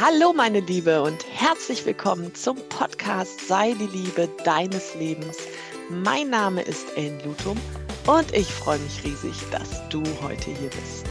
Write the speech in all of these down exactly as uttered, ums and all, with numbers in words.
Hallo meine Liebe und herzlich willkommen zum Podcast Sei die Liebe deines Lebens. Mein Name ist Ellen Lutum und ich freue mich riesig, dass du heute hier bist.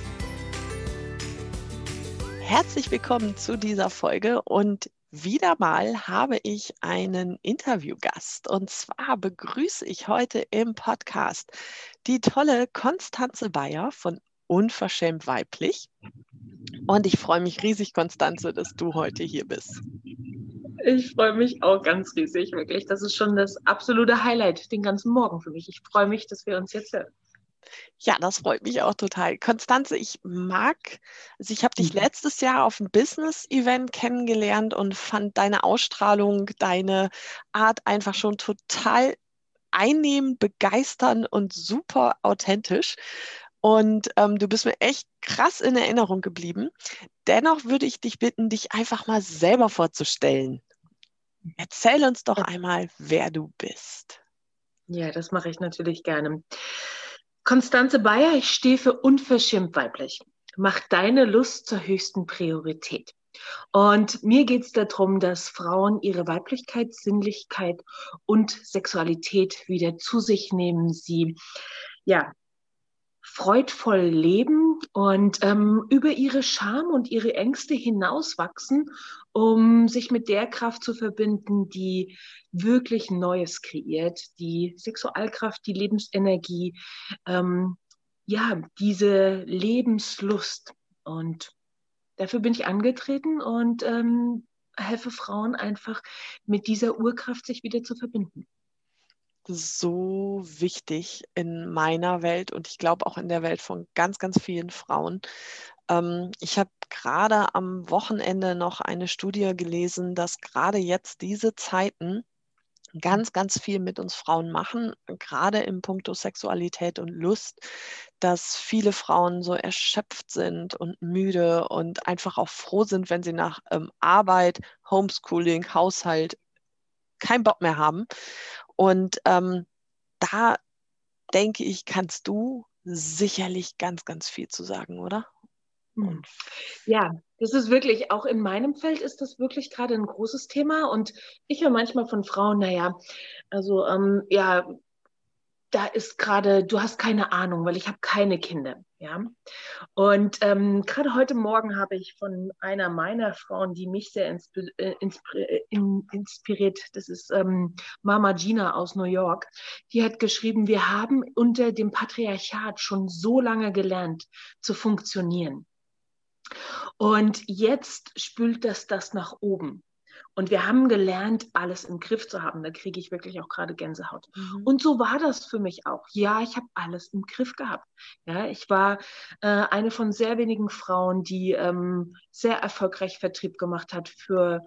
Herzlich willkommen zu dieser Folge und wieder mal habe ich einen Interviewgast und zwar begrüße ich heute im Podcast die tolle Constanze Bayer von Unverschämt Weiblich. Und ich freue mich riesig, Constanze, dass du heute hier bist. Ich freue mich auch ganz riesig, wirklich. Das ist schon das absolute Highlight den ganzen Morgen für mich. Ich freue mich, dass wir uns jetzt hören. Ja, das freut mich auch total. Constanze, ich mag, also ich habe dich letztes Jahr auf einem Business-Event kennengelernt und fand deine Ausstrahlung, deine Art einfach schon total einnehmend, begeisternd und super authentisch. Und ähm, du bist mir echt krass in Erinnerung geblieben. Dennoch würde ich dich bitten, dich einfach mal selber vorzustellen. Erzähl uns doch einmal, wer du bist. Ja, das mache ich natürlich gerne. Constanze Bayer, ich stehe für Unverschämt Weiblich. Mach deine Lust zur höchsten Priorität. Und mir geht es darum, dass Frauen ihre Weiblichkeit, Sinnlichkeit und Sexualität wieder zu sich nehmen. Sie, ja, freudvoll leben und ähm, über ihre Scham und ihre Ängste hinauswachsen, um sich mit der Kraft zu verbinden, die wirklich Neues kreiert, die Sexualkraft, die Lebensenergie, ähm, ja, diese Lebenslust. Und dafür bin ich angetreten und ähm, helfe Frauen einfach mit dieser Urkraft sich wieder zu verbinden. So wichtig in meiner Welt und ich glaube auch in der Welt von ganz, ganz vielen Frauen. Ähm, ich habe gerade am Wochenende noch eine Studie gelesen, dass gerade jetzt diese Zeiten ganz, ganz viel mit uns Frauen machen, gerade im Punkto Sexualität und Lust, dass viele Frauen so erschöpft sind und müde und einfach auch froh sind, wenn sie nach ähm, Arbeit, Homeschooling, Haushalt keinen Bock mehr haben. Und ähm, da denke ich, kannst du sicherlich ganz, ganz viel zu sagen, oder? Und Ja, das ist wirklich, auch in meinem Feld ist das wirklich gerade ein großes Thema. Und ich höre manchmal von Frauen, naja, also ähm, ja, da ist gerade, du hast keine Ahnung, weil ich habe keine Kinder. Ja. Und ähm, gerade heute Morgen habe ich von einer meiner Frauen, die mich sehr insp äh, inspir äh, in, inspiriert, das ist ähm, Mama Gina aus New York, die hat geschrieben, wir haben unter dem Patriarchat schon so lange gelernt zu funktionieren. Und jetzt spült das das nach oben. Und wir haben gelernt, alles im Griff zu haben. Da kriege ich wirklich auch gerade Gänsehaut. mhm. Und so war das für mich auch. Ja, ich habe alles im Griff gehabt. Ja, ich war äh, eine von sehr wenigen Frauen, die ähm, sehr erfolgreich Vertrieb gemacht hat für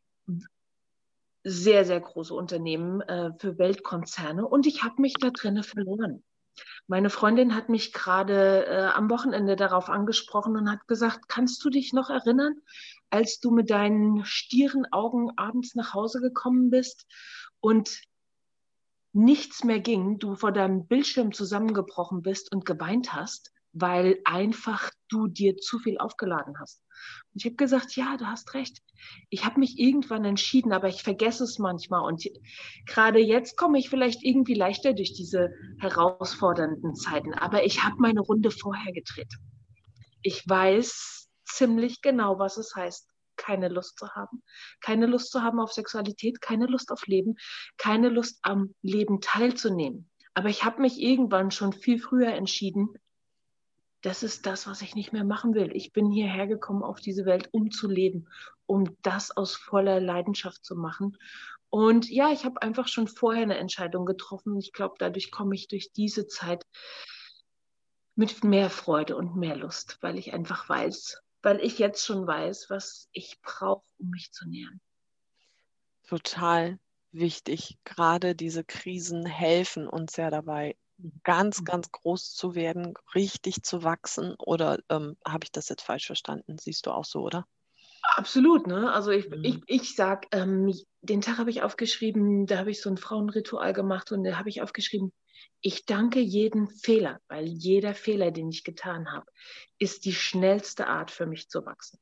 sehr, sehr große Unternehmen, äh, für Weltkonzerne. Und ich habe mich da drinnen verloren. Meine Freundin hat mich gerade äh, am Wochenende darauf angesprochen und hat gesagt, kannst du dich noch erinnern, als du mit deinen stieren Augen abends nach Hause gekommen bist und nichts mehr ging, du vor deinem Bildschirm zusammengebrochen bist und geweint hast, weil einfach du dir zu viel aufgeladen hast. Und ich habe gesagt, ja, du hast recht. Ich habe mich irgendwann entschieden, aber ich vergesse es manchmal. Und gerade jetzt komme ich vielleicht irgendwie leichter durch diese herausfordernden Zeiten. Aber ich habe meine Runde vorher gedreht. Ich weiß ziemlich genau, was es heißt, keine Lust zu haben. Keine Lust zu haben auf Sexualität, keine Lust auf Leben, keine Lust am Leben teilzunehmen. Aber ich habe mich irgendwann schon viel früher entschieden, das ist das, was ich nicht mehr machen will. Ich bin hierher gekommen auf diese Welt, um zu leben, um das aus voller Leidenschaft zu machen. Und ja, ich habe einfach schon vorher eine Entscheidung getroffen. Ich glaube, dadurch komme ich durch diese Zeit mit mehr Freude und mehr Lust, weil ich einfach weiß, weil ich jetzt schon weiß, was ich brauche, um mich zu nähern. Total wichtig. Gerade diese Krisen helfen uns ja dabei, ganz, ganz groß zu werden, richtig zu wachsen. Oder ähm, habe ich das jetzt falsch verstanden? Siehst du auch so, oder? Absolut, ne? Also ich, Mhm. ich, ich sag, ähm, den Tag habe ich aufgeschrieben, da habe ich so ein Frauenritual gemacht und da habe ich aufgeschrieben, ich danke jeden Fehler, weil jeder Fehler, den ich getan habe, ist die schnellste Art für mich zu wachsen.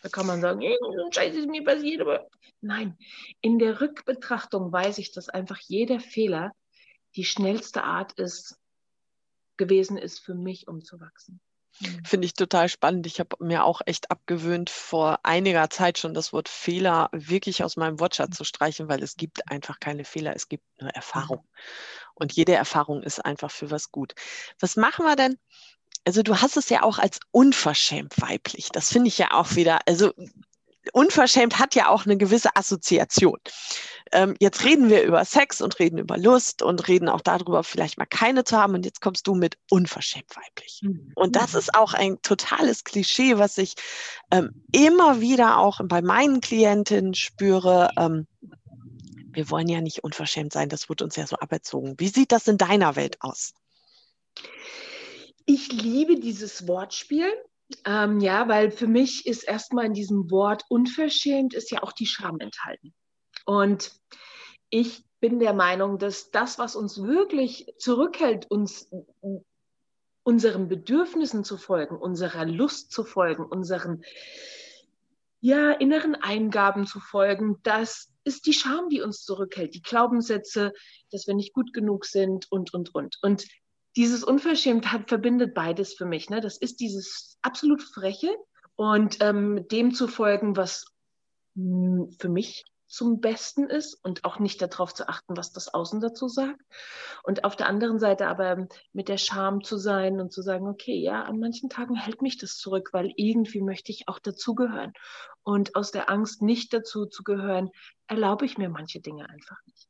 Da kann man sagen, hey, so ein Scheiß ist mir passiert, aber nein, in der Rückbetrachtung weiß ich, dass einfach jeder Fehler die schnellste Art ist, gewesen ist für mich, um zu wachsen. Finde ich total spannend. Ich habe mir auch echt abgewöhnt, vor einiger Zeit schon das Wort Fehler wirklich aus meinem Wortschatz zu streichen, weil es gibt einfach keine Fehler, es gibt nur Erfahrung. Und jede Erfahrung ist einfach für was gut. Was machen wir denn? Also du hast es ja auch als unverschämt weiblich. Das finde ich ja auch wieder, also unverschämt hat ja auch eine gewisse Assoziation. Ähm, jetzt reden wir über Sex und reden über Lust und reden auch darüber, vielleicht mal keine zu haben. Und jetzt kommst du mit unverschämt weiblich. Mhm. Und das ist auch ein totales Klischee, was ich ähm, immer wieder auch bei meinen Klientinnen spüre. Ähm, wir wollen ja nicht unverschämt sein, das wird uns ja so aberzogen. Wie sieht das in deiner Welt aus? Ich liebe dieses Wortspiel. Ähm, ja, weil für mich ist erstmal in diesem Wort unverschämt ist ja auch die Scham enthalten. Und ich bin der Meinung, dass das, was uns wirklich zurückhält, uns unseren Bedürfnissen zu folgen, unserer Lust zu folgen, unseren ja, inneren Eingaben zu folgen, das ist die Scham, die uns zurückhält, die Glaubenssätze, dass wir nicht gut genug sind und, und, und. Und dieses Unverschämtheit verbindet beides für mich. Ne? Das ist dieses absolut Freche und ähm, dem zu folgen, was mh, für mich zum Besten ist und auch nicht darauf zu achten, was das Außen dazu sagt. Und auf der anderen Seite aber mit der Scham zu sein und zu sagen, okay, ja, an manchen Tagen hält mich das zurück, weil irgendwie möchte ich auch dazugehören. Und aus der Angst, nicht dazu zu gehören, erlaube ich mir manche Dinge einfach nicht.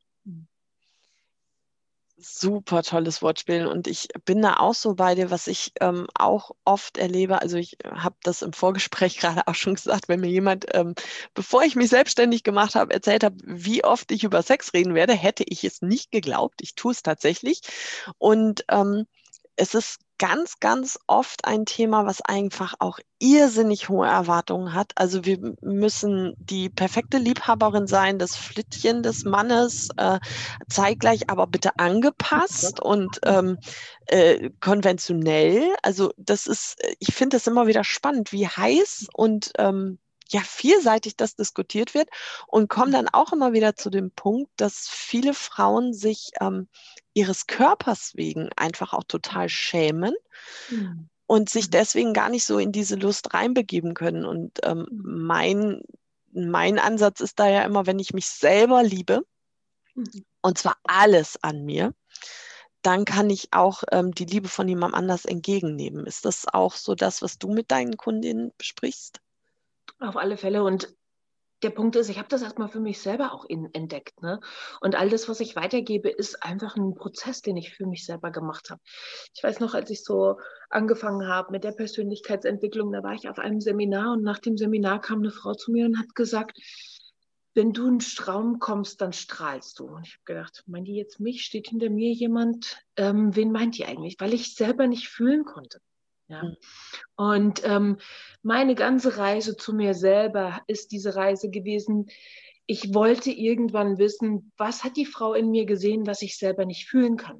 Super tolles Wortspiel und ich bin da auch so bei dir, was ich ähm, auch oft erlebe. Also ich habe das im Vorgespräch gerade auch schon gesagt, wenn mir jemand, ähm, bevor ich mich selbstständig gemacht habe, erzählt habe, wie oft ich über Sex reden werde, hätte ich es nicht geglaubt. Ich tue es tatsächlich und ähm, es ist ganz, ganz oft ein Thema, was einfach auch irrsinnig hohe Erwartungen hat. Also wir müssen die perfekte Liebhaberin sein, das Flittchen des Mannes, äh, zeitgleich aber bitte angepasst und ähm, äh, konventionell. Also das ist, ich finde das immer wieder spannend, wie heiß und ähm, ja, vielseitig das diskutiert wird und komme dann auch immer wieder zu dem Punkt, dass viele Frauen sich ähm, ihres Körpers wegen einfach auch total schämen Mhm. und sich deswegen gar nicht so in diese Lust reinbegeben können. Und ähm, mein, mein Ansatz ist da ja immer, wenn ich mich selber liebe, Mhm. und zwar alles an mir, dann kann ich auch ähm, die Liebe von jemand anders entgegennehmen. Ist das auch so das, was du mit deinen Kundinnen besprichst? Auf alle Fälle. Und der Punkt ist, ich habe das erstmal für mich selber auch in, entdeckt. Ne? Und all das, was ich weitergebe, ist einfach ein Prozess, den ich für mich selber gemacht habe. Ich weiß noch, als ich so angefangen habe mit der Persönlichkeitsentwicklung, da war ich auf einem Seminar und nach dem Seminar kam eine Frau zu mir und hat gesagt, wenn du in den Traum kommst, dann strahlst du. Und ich habe gedacht, meint die jetzt mich? Steht hinter mir jemand? Ähm, wen meint die eigentlich? Weil ich selber nicht fühlen konnte. Ja. Und ähm, meine ganze Reise zu mir selber ist diese Reise gewesen. Ich wollte irgendwann wissen, was hat die Frau in mir gesehen, was ich selber nicht fühlen kann.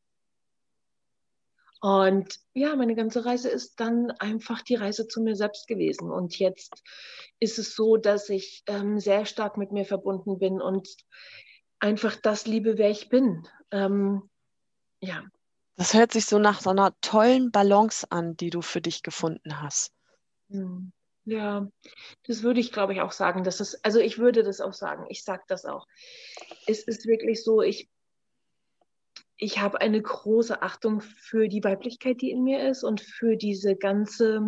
Und ja, meine ganze Reise ist dann einfach die Reise zu mir selbst gewesen. Und jetzt ist es so, dass ich ähm, sehr stark mit mir verbunden bin und einfach das liebe, wer ich bin. Ähm, ja. Das hört sich so nach so einer tollen Balance an, die du für dich gefunden hast. Hm. Ja, das würde ich, glaube ich, auch sagen. Dass es, also ich würde das auch sagen. Ich sage das auch. Es ist wirklich so, ich, ich habe eine große Achtung für die Weiblichkeit, die in mir ist und für diese ganze,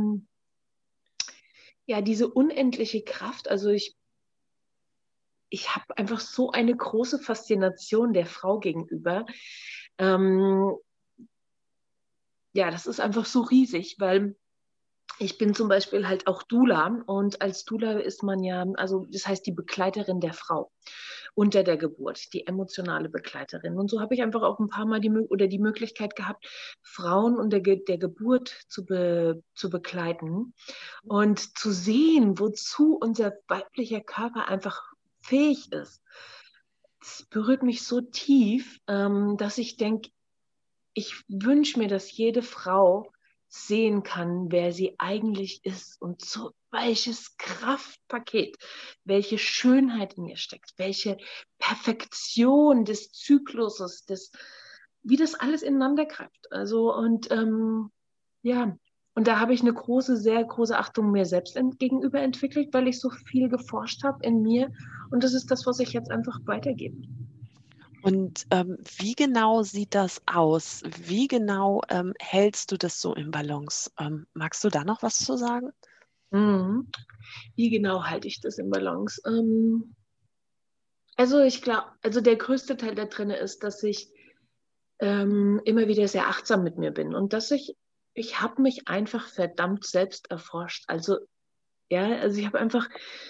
ja, diese unendliche Kraft. Also ich, ich habe einfach so eine große Faszination der Frau gegenüber. Ähm, ja, das ist einfach so riesig, weil ich bin zum Beispiel halt auch Doula und als Doula ist man ja, also das heißt die Begleiterin der Frau unter der Geburt, die emotionale Begleiterin. Und so habe ich einfach auch ein paar Mal die, oder die Möglichkeit gehabt, Frauen unter der, der Geburt zu, be, zu begleiten und zu sehen, wozu unser weiblicher Körper einfach fähig ist. Das berührt mich so tief, ähm, dass ich denke, ich wünsche mir, dass jede Frau sehen kann, wer sie eigentlich ist und so welches Kraftpaket, welche Schönheit in ihr steckt, welche Perfektion des Zykluses, des, wie das alles ineinander greift. Also und ähm, ja, und da habe ich eine große, sehr große Achtung mir selbst ent gegenüber entwickelt, weil ich so viel geforscht habe in mir. Und das ist das, was ich jetzt einfach weitergebe. Und ähm, wie genau sieht das aus? Wie genau ähm, hältst du das so in Balance? Ähm, magst du da noch was zu sagen? Mhm. Wie genau halte ich das in Balance? Ähm, also ich glaube, also der größte Teil da drin ist, dass ich ähm, immer wieder sehr achtsam mit mir bin und dass ich, ich habe mich einfach verdammt selbst erforscht. Also ja, also ich habe einfach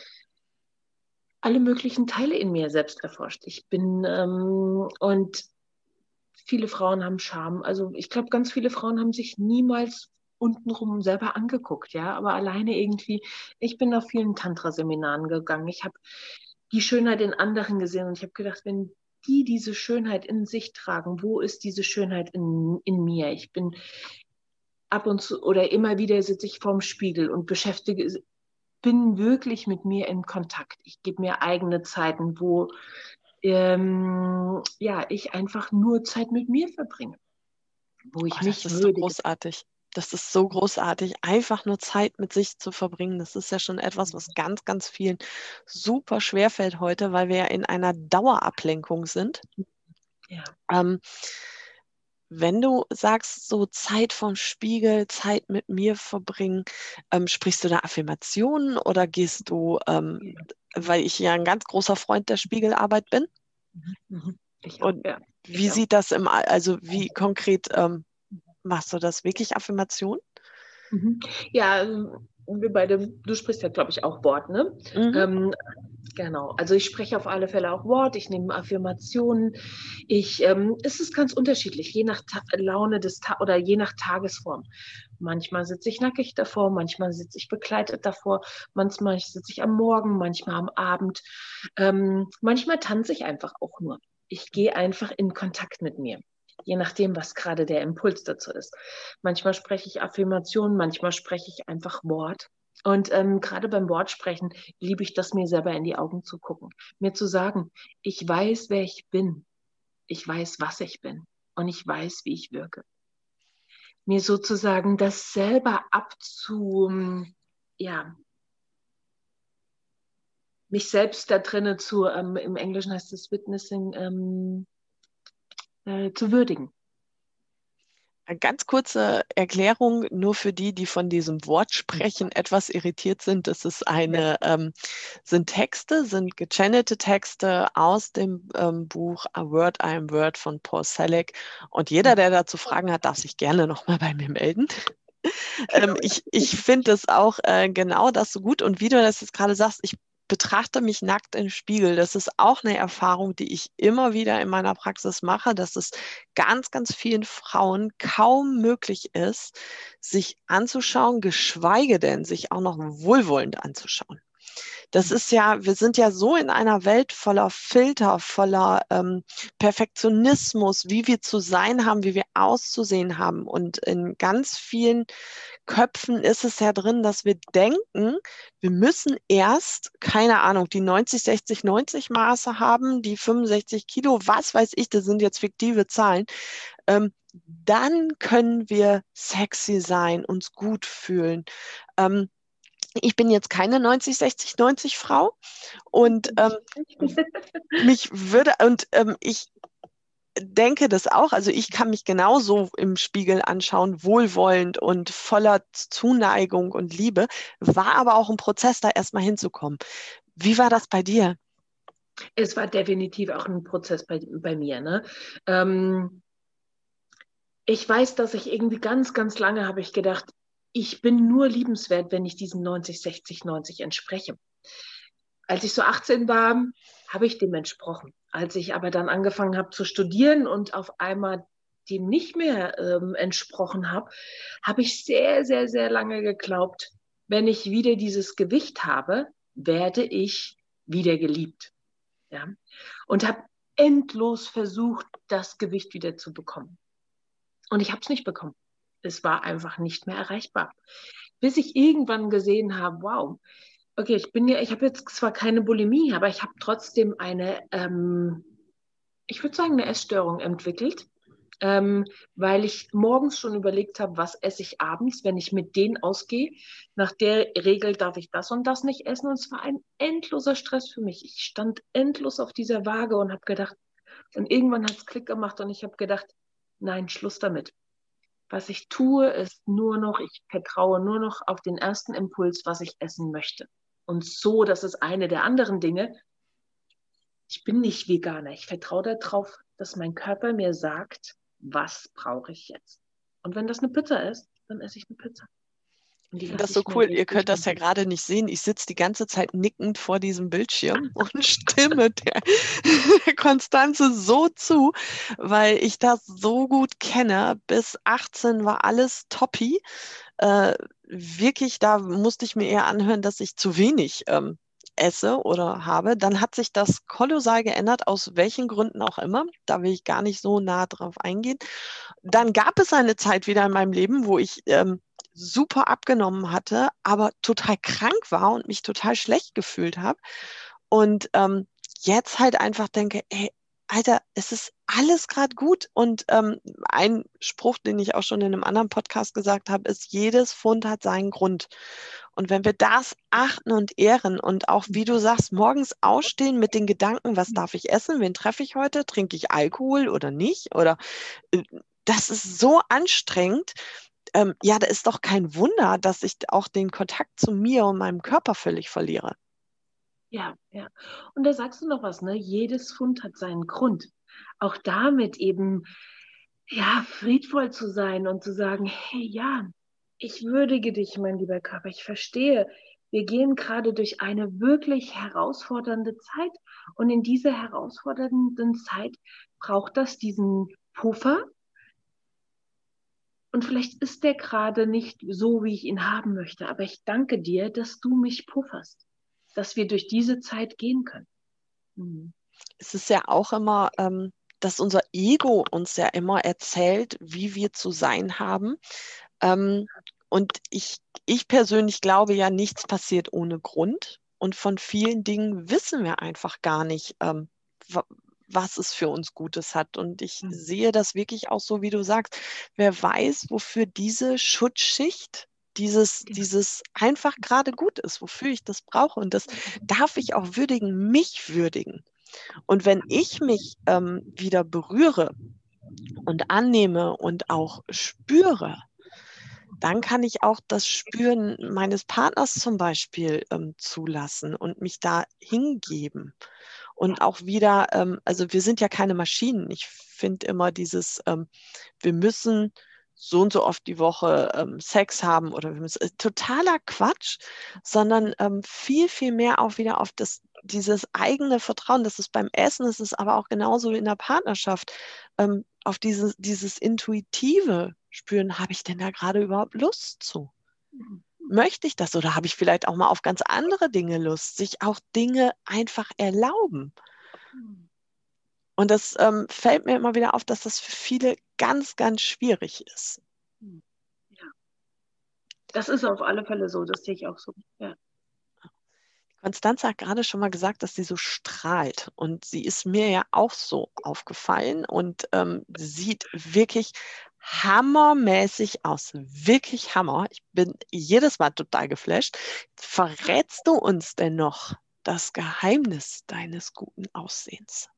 alle möglichen Teile in mir selbst erforscht. Ich bin ähm, und viele Frauen haben Scham. Also ich glaube, ganz viele Frauen haben sich niemals untenrum selber angeguckt, ja, aber alleine irgendwie, ich bin auf vielen Tantra-Seminaren gegangen. Ich habe die Schönheit in anderen gesehen und ich habe gedacht, wenn die diese Schönheit in sich tragen, wo ist diese Schönheit in, in mir? Ich bin ab und zu oder immer wieder sitze ich vorm Spiegel und beschäftige, bin wirklich mit mir in Kontakt. Ich gebe mir eigene Zeiten, wo ähm, ja, ich einfach nur Zeit mit mir verbringe, wo Oh, ich das mich ist so würdige. großartig. Das ist so großartig, einfach nur Zeit mit sich zu verbringen. Das ist ja schon etwas, was ganz, ganz vielen super schwer fällt heute, weil wir ja in einer Dauerablenkung sind. Ja. Ähm, wenn du sagst, so Zeit vom Spiegel, Zeit mit mir verbringen, ähm, sprichst du da Affirmationen oder gehst du, ähm, Ja. weil ich ja ein ganz großer Freund der Spiegelarbeit bin? Mhm. Ich auch, Und ja. wie Ich auch. sieht das im, All- also wie konkret ähm, machst du das? Wirklich Affirmationen? Mhm. Ja, also wir beide, du sprichst ja, glaube ich, auch Wort, ne? Mhm. Ähm, genau. Also ich spreche auf alle Fälle auch Wort, ich nehme Affirmationen. Ich, ähm, es ist ganz unterschiedlich, je nach Ta Laune des Ta oder je nach Tagesform. Manchmal sitze ich nackig davor, manchmal sitze ich bekleidet davor, manchmal sitze ich am Morgen, manchmal am Abend. Ähm, manchmal tanze ich einfach auch nur. Ich gehe einfach in Kontakt mit mir, je nachdem, was gerade der Impuls dazu ist. Manchmal spreche ich Affirmationen, manchmal spreche ich einfach Wort. Und ähm, gerade beim Wortsprechen liebe ich das, mir selber in die Augen zu gucken, mir zu sagen, ich weiß, wer ich bin, ich weiß, was ich bin und ich weiß, wie ich wirke. Mir sozusagen das selber abzu, ja, mich selbst da drinnen zu, ähm, im Englischen heißt es Witnessing, ähm, äh, zu würdigen. Ganz kurze Erklärung, nur für die, die von diesem Wortsprechen etwas irritiert sind. Das ist Ja. eine, ähm, sind Texte, sind gechannelte Texte aus dem ähm, Buch A Word, I Am Word von Paul Selig. Und jeder, der dazu Fragen hat, darf sich gerne nochmal bei mir melden. Genau, Ähm, ja. ich ich finde es auch äh, genau das so gut. Und wie du das jetzt gerade sagst, ich betrachte mich nackt im Spiegel. Das ist auch eine Erfahrung, die ich immer wieder in meiner Praxis mache, dass es ganz, ganz vielen Frauen kaum möglich ist, sich anzuschauen, geschweige denn sich auch noch wohlwollend anzuschauen. Das ist ja, wir sind ja so in einer Welt voller Filter, voller ähm, Perfektionismus, wie wir zu sein haben, wie wir auszusehen haben. Und in ganz vielen Köpfen ist es ja drin, dass wir denken, wir müssen erst, keine Ahnung, die neunzig, sechzig, neunzig Maße haben, die fünfundsechzig Kilo, was weiß ich, das sind jetzt fiktive Zahlen. Ähm, dann können wir sexy sein, uns gut fühlen. Ähm, ich bin jetzt keine neunzig, sechzig, neunzig Frau und ähm, mich würde, und ähm, ich denke das auch. Also ich kann mich genauso im Spiegel anschauen, wohlwollend und voller Zuneigung und Liebe, war aber auch ein Prozess, da erstmal hinzukommen. Wie war das bei dir? Es war definitiv auch ein Prozess bei, bei mir. Ne? Ähm, ich weiß, dass ich irgendwie ganz, ganz lange habe ich gedacht, ich bin nur liebenswert, wenn ich diesen neunzig, sechzig, neunzig entspreche. Als ich so achtzehn war, habe ich dem entsprochen. Als ich aber dann angefangen habe zu studieren und auf einmal dem nicht mehr ähm, entsprochen habe, habe ich sehr, sehr, sehr lange geglaubt, wenn ich wieder dieses Gewicht habe, werde ich wieder geliebt. Ja? Und habe endlos versucht, das Gewicht wieder zu bekommen. Und ich habe es nicht bekommen. Es war einfach nicht mehr erreichbar. Bis ich irgendwann gesehen habe, wow, okay, ich bin ja, ich habe jetzt zwar keine Bulimie, aber ich habe trotzdem eine, ähm, ich würde sagen, eine Essstörung entwickelt, ähm, weil ich morgens schon überlegt habe, was esse ich abends, wenn ich mit denen ausgehe. Nach der Regel darf ich das und das nicht essen. Und es war ein endloser Stress für mich. Ich stand endlos auf dieser Waage und habe gedacht, und irgendwann hat es Klick gemacht und ich habe gedacht, nein, Schluss damit. Was ich tue, ist nur noch, ich vertraue nur noch auf den ersten Impuls, was ich essen möchte. Und so, das ist eine der anderen Dinge. Ich bin nicht Veganer. Ich vertraue darauf, dass mein Körper mir sagt, was brauche ich jetzt. Und wenn das eine Pizza ist, dann esse ich eine Pizza. Und Ich die finde das lasse so ich mir cool. Ihr richtig könnt das ja schmecken. gerade nicht sehen. Ich sitze die ganze Zeit nickend vor diesem Bildschirm und stimme der Konstanze so zu, weil ich das so gut kenne. Bis achtzehn war alles toppi. Äh, wirklich, da musste ich mir eher anhören, dass ich zu wenig ähm, esse oder habe. Dann hat sich das kolossal geändert, aus welchen Gründen auch immer. Da will ich gar nicht so nah drauf eingehen. Dann gab es eine Zeit wieder in meinem Leben, wo ich ähm, super abgenommen hatte, aber total krank war und mich total schlecht gefühlt habe. Und ähm, jetzt halt einfach denke, ey, Alter, es ist alles gerade gut. Und ähm, ein Spruch, den ich auch schon in einem anderen Podcast gesagt habe, ist, jedes Pfund hat seinen Grund. Und wenn wir das achten und ehren und auch, wie du sagst, morgens ausstehen mit den Gedanken, was darf ich essen, wen treffe ich heute, trinke ich Alkohol oder nicht? Oder äh, das ist so anstrengend. Ähm, ja, da ist doch kein Wunder, dass ich auch den Kontakt zu mir und meinem Körper völlig verliere. Ja, ja. Und da sagst du noch was, ne? Jedes Fund hat seinen Grund. Auch damit eben, ja, friedvoll zu sein und zu sagen, hey, ja, ich würdige dich, mein lieber Körper. Ich verstehe, wir gehen gerade durch eine wirklich herausfordernde Zeit. Und in dieser herausfordernden Zeit braucht das diesen Puffer. Und vielleicht ist der gerade nicht so, wie ich ihn haben möchte. Aber ich danke dir, dass du mich pufferst, dass wir durch diese Zeit gehen können. Mhm. Es ist ja auch immer, ähm, dass unser Ego uns ja immer erzählt, wie wir zu sein haben. Ähm, und ich, ich persönlich glaube ja, nichts passiert ohne Grund. Und von vielen Dingen wissen wir einfach gar nicht, ähm, wa- was es für uns Gutes hat. Und ich Mhm. sehe das wirklich auch so, wie du sagst. Wer weiß, wofür diese Schutzschicht, dieses, Genau. dieses einfach gerade gut ist, wofür ich das brauche. Und das darf ich auch würdigen, mich würdigen. Und wenn ich mich ähm, wieder berühre und annehme und auch spüre, dann kann ich auch das Spüren meines Partners zum Beispiel ähm, zulassen und mich da hingeben. Und auch wieder, ähm, also wir sind ja keine Maschinen. Ich finde immer dieses, ähm, wir müssen so und so oft die Woche ähm, Sex haben oder wir müssen, äh, totaler Quatsch, sondern ähm, viel, viel mehr auch wieder auf das, dieses eigene Vertrauen. Das ist beim Essen, das ist aber auch genauso in der Partnerschaft, ähm, auf dieses, dieses intuitive Spüren, habe ich denn da gerade überhaupt Lust zu? Möchte ich das oder habe ich vielleicht auch mal auf ganz andere Dinge Lust, sich auch Dinge einfach erlauben? Und das ähm, fällt mir immer wieder auf, dass das für viele ganz, ganz schwierig ist. Ja, das ist auf alle Fälle so, das sehe ich auch so. Ja. Konstanze hat gerade schon mal gesagt, dass sie so strahlt. Und sie ist mir ja auch so aufgefallen und ähm, sieht wirklich hammermäßig aus. Wirklich Hammer. Ich bin jedes Mal total geflasht. Verrätst du uns denn noch das Geheimnis deines guten Aussehens?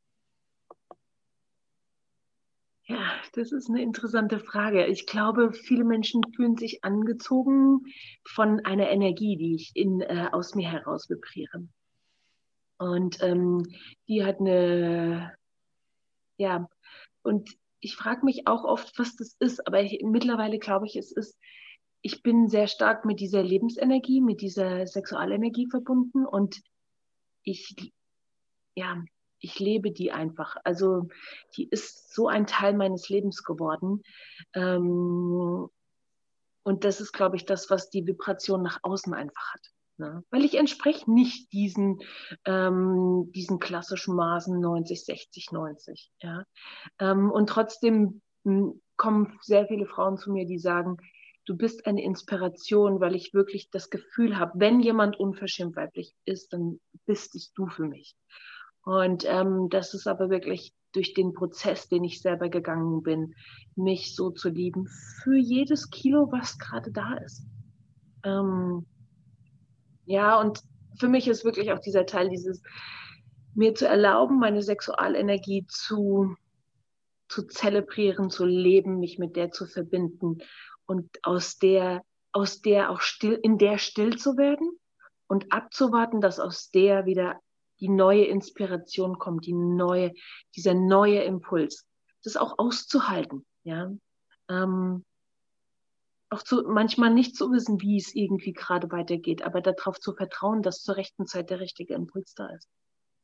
Ja, das ist eine interessante Frage. Ich glaube, viele Menschen fühlen sich angezogen von einer Energie, die ich in, äh, aus mir heraus vibriere. Und ähm, die hat eine, ja, und ich frage mich auch oft, was das ist, aber ich, mittlerweile glaube ich, es ist, ich bin sehr stark mit dieser Lebensenergie, mit dieser Sexualenergie verbunden und ich, ja, ich lebe die einfach. Also die ist so ein Teil meines Lebens geworden. Ähm, und das ist, glaube ich, das, was die Vibration nach außen einfach hat. Ne? Weil ich entspreche nicht diesen, ähm, diesen klassischen Maßen neunzig, sechzig, neunzig. Ja? Ähm, und trotzdem kommen sehr viele Frauen zu mir, die sagen, du bist eine Inspiration, weil ich wirklich das Gefühl habe, wenn jemand unverschämt weiblich ist, dann bist es du für mich. Und ähm, das ist aber wirklich durch den Prozess, den ich selber gegangen bin, mich so zu lieben für jedes Kilo, was gerade da ist. Ähm, ja, und für mich ist wirklich auch dieser Teil, dieses mir zu erlauben, meine Sexualenergie zu, zu zelebrieren, zu leben, mich mit der zu verbinden und aus der, aus der auch still, in der still zu werden und abzuwarten, dass aus der wieder die neue Inspiration kommt, die neue, dieser neue Impuls. Das auch auszuhalten, ja. Ähm, auch zu, manchmal nicht zu wissen, wie es irgendwie gerade weitergeht, aber darauf zu vertrauen, dass zur rechten Zeit der richtige Impuls da ist.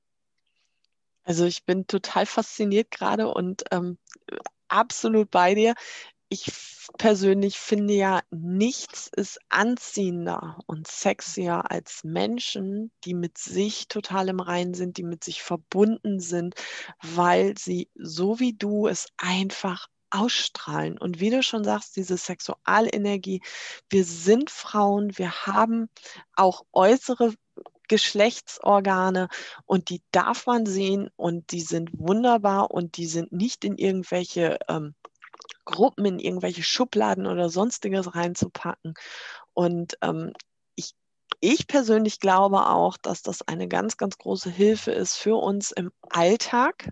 Also ich bin total fasziniert gerade und ähm, absolut bei dir. Ich persönlich finde ja, nichts ist anziehender und sexier als Menschen, die mit sich total im Reinen sind, die mit sich verbunden sind, weil sie so wie du es einfach ausstrahlen. Und wie du schon sagst, diese Sexualenergie, wir sind Frauen, wir haben auch äußere Geschlechtsorgane und die darf man sehen und die sind wunderbar und die sind nicht in irgendwelche ähm, Gruppen, in irgendwelche Schubladen oder sonstiges reinzupacken. Und ähm, ich, ich persönlich glaube auch, dass das eine ganz, ganz große Hilfe ist für uns im Alltag,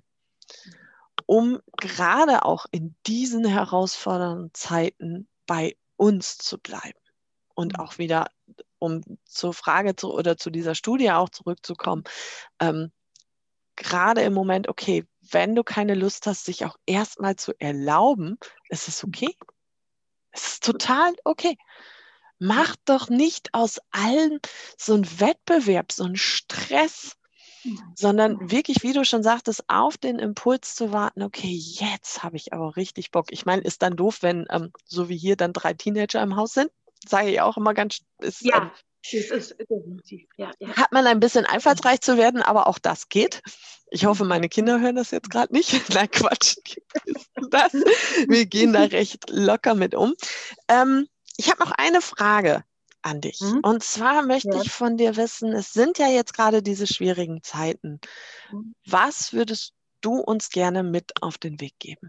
um gerade auch in diesen herausfordernden Zeiten bei uns zu bleiben. Und auch wieder, um zur Frage zu, oder zu dieser Studie auch zurückzukommen, ähm, gerade im Moment, okay, wenn du keine Lust hast, sich auch erstmal zu erlauben, ist es okay. Es ist total okay. Mach doch nicht aus allen so einen Wettbewerb, so einen Stress, sondern wirklich, wie du schon sagtest, auf den Impuls zu warten, okay, jetzt habe ich aber richtig Bock. Ich meine, ist dann doof, wenn ähm, so wie hier dann drei Teenager im Haus sind, sage ich auch immer ganz, ist, Ja, ähm, das ist definitiv, ja, ja. hat man ein bisschen einfallsreich zu werden, aber auch das geht. Ich hoffe, meine Kinder hören das jetzt gerade nicht. Nein, Quatsch. Das. Wir gehen da recht locker mit um. Ähm, ich habe noch eine Frage an dich. Hm? Und zwar möchte Ja. ich von dir wissen, es sind ja jetzt gerade diese schwierigen Zeiten. Was würdest du uns gerne mit auf den Weg geben?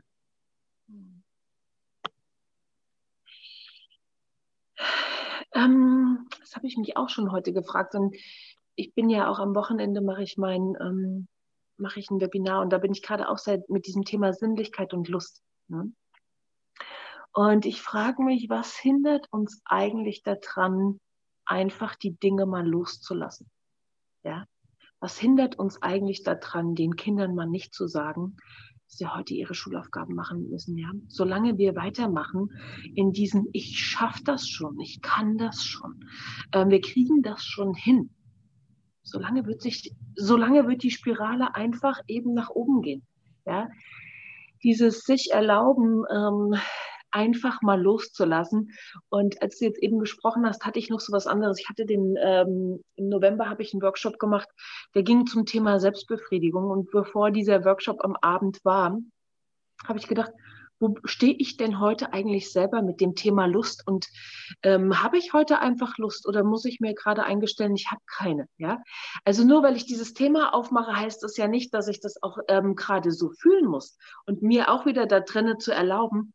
Ähm, das habe ich mich auch schon heute gefragt. Und ich bin ja auch am Wochenende mache ich mein, ähm, mache ich ein Webinar und da bin ich gerade auch seit mit diesem Thema Sinnlichkeit und Lust. Ne? Und ich frage mich, was hindert uns eigentlich daran, einfach die Dinge mal loszulassen? Ja? Was hindert uns eigentlich daran, den Kindern mal nicht zu sagen, dass sie heute ihre Schulaufgaben machen müssen? Ja? Solange wir weitermachen in diesem, ich schaffe das schon, ich kann das schon, äh, wir kriegen das schon hin. Solange wird sich, solange wird die Spirale einfach eben nach oben gehen. Ja? Dieses sich erlauben, ähm, einfach mal loszulassen. Und als du jetzt eben gesprochen hast, hatte ich noch so was anderes. Ich hatte den, ähm, im November habe ich einen Workshop gemacht, der ging zum Thema Selbstbefriedigung. Und bevor dieser Workshop am Abend war, habe ich gedacht, wo stehe ich denn heute eigentlich selber mit dem Thema Lust? Und ähm, habe ich heute einfach Lust oder muss ich mir gerade eingestellen, ich habe keine? Ja, also nur weil ich dieses Thema aufmache, heißt das ja nicht, dass ich das auch ähm, gerade so fühlen muss und mir auch wieder da drinnen zu erlauben,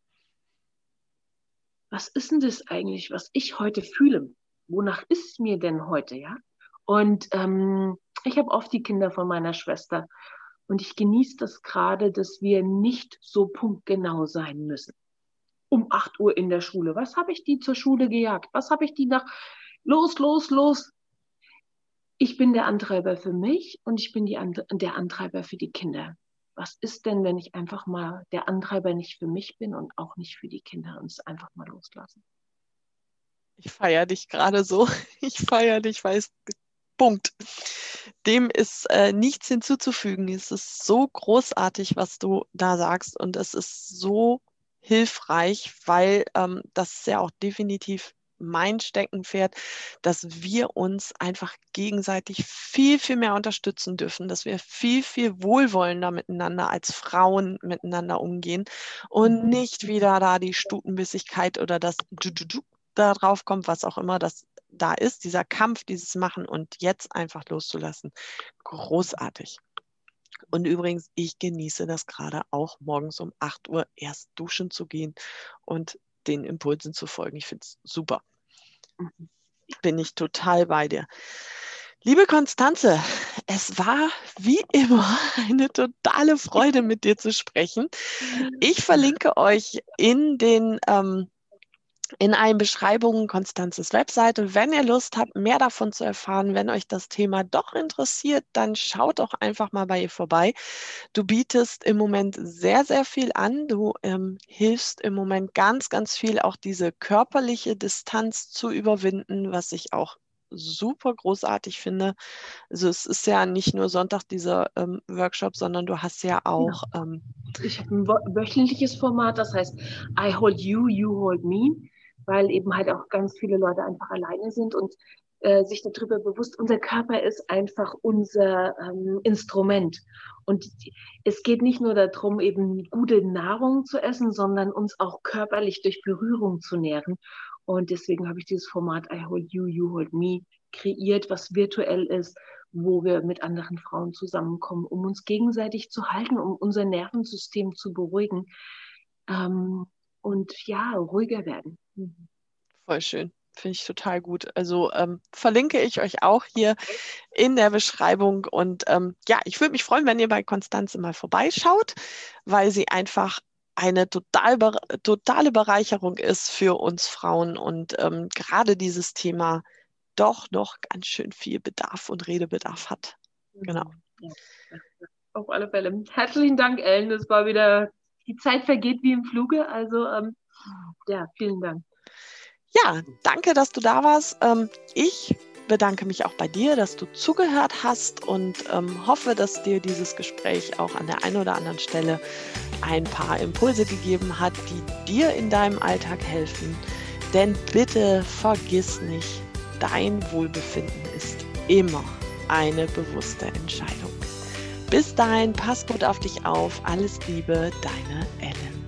was ist denn das eigentlich, was ich heute fühle? Wonach ist mir denn heute, ja? Und ähm, ich habe oft die Kinder von meiner Schwester und ich genieße das gerade, dass wir nicht so punktgenau sein müssen. Um acht Uhr in der Schule. Was habe ich die zur Schule gejagt? Was habe ich die nach? Los, los, los. Ich bin der Antreiber für mich und ich bin die And der Antreiber für die Kinder. Was ist denn, wenn ich einfach mal der Antreiber nicht für mich bin und auch nicht für die Kinder und es einfach mal loslassen? Ich feiere dich gerade so. Ich feiere dich, weil es Punkt. Dem ist äh, nichts hinzuzufügen. Es ist so großartig, was du da sagst und es ist so hilfreich, weil ähm, das ist ja auch definitiv mein Steckenpferd, dass wir uns einfach gegenseitig viel, viel mehr unterstützen dürfen, dass wir viel, viel wohlwollender miteinander als Frauen miteinander umgehen und nicht wieder da die Stutenbissigkeit oder das Du-Du-Du da drauf kommt, was auch immer das da ist, dieser Kampf, dieses Machen und jetzt einfach loszulassen. Großartig. Und übrigens, ich genieße das gerade auch, morgens um acht Uhr erst duschen zu gehen und den Impulsen zu folgen. Ich finde es super. Bin ich total bei dir. Liebe Konstanze, es war wie immer eine totale Freude, mit dir zu sprechen. Ich verlinke euch in den ähm, in allen Beschreibungen Konstanzes Webseite. Wenn ihr Lust habt, mehr davon zu erfahren, wenn euch das Thema doch interessiert, dann schaut doch einfach mal bei ihr vorbei. Du bietest im Moment sehr, sehr viel an. Du ähm, hilfst im Moment ganz, ganz viel, auch diese körperliche Distanz zu überwinden, was ich auch super großartig finde. Also es ist ja nicht nur Sonntag dieser ähm, Workshop, sondern du hast ja auch... Ja. Ähm, ich habe ein wöchentliches Format, das heißt I hold you, you hold me, weil eben halt auch ganz viele Leute einfach alleine sind und äh, sich darüber bewusst, unser Körper ist einfach unser ähm, Instrument. Und es geht nicht nur darum, eben gute Nahrung zu essen, sondern uns auch körperlich durch Berührung zu nähren. Und deswegen habe ich dieses Format I hold you, you hold me kreiert, was virtuell ist, wo wir mit anderen Frauen zusammenkommen, um uns gegenseitig zu halten, um unser Nervensystem zu beruhigen ähm, und ja, ruhiger werden. Mhm. Voll schön. Finde ich total gut. Also ähm, verlinke ich euch auch hier in der Beschreibung. Und ähm, ja, ich würde mich freuen, wenn ihr bei Konstanze mal vorbeischaut, weil sie einfach eine total, totale Bereicherung ist für uns Frauen und ähm, gerade dieses Thema doch noch ganz schön viel Bedarf und Redebedarf hat. Genau. Ja, auf alle Fälle. Herzlichen Dank, Ellen. Das war wieder, die Zeit vergeht wie im Fluge. Also ähm, ja, vielen Dank. Ja, danke, dass du da warst. Ähm, ich bedanke mich auch bei dir, dass du zugehört hast und ähm, hoffe, dass dir dieses Gespräch auch an der einen oder anderen Stelle ein paar Impulse gegeben hat, die dir in deinem Alltag helfen. Denn bitte vergiss nicht, dein Wohlbefinden ist immer eine bewusste Entscheidung. Bis dahin, pass gut auf dich auf. Alles Liebe, deine Ellen.